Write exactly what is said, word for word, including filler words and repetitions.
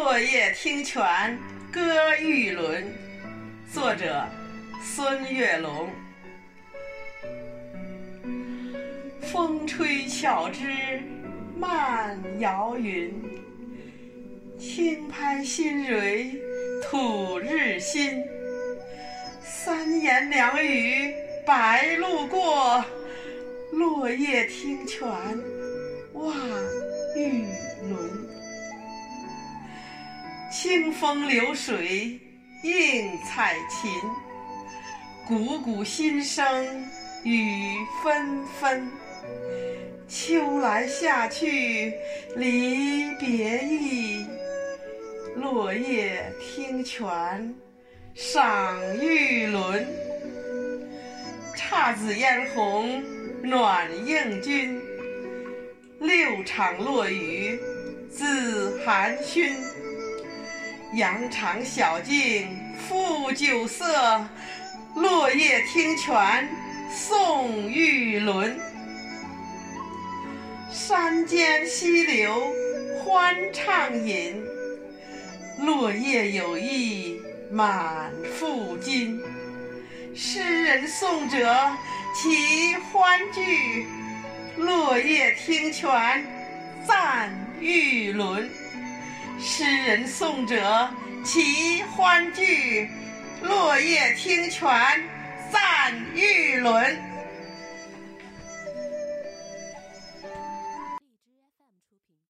落叶听泉歌玉轮，作者孙月龙。风吹巧枝漫摇云，轻拍新蕊吐日新。三言两语白鹭过，落叶听泉望玉轮。清风流水映彩琴，汩汩心声雨纷纷。秋来夏去离别意，落叶听泉赏玉轮。姹紫嫣红暖映君，六场落雨自寒熏。羊肠小径赋酒色，落叶听泉送玉轮。山间溪流欢畅饮，落叶有意满腹金。诗人颂者齐欢聚，落叶听泉赞玉轮。诗人颂者齐欢聚，落叶听泉赞玉轮。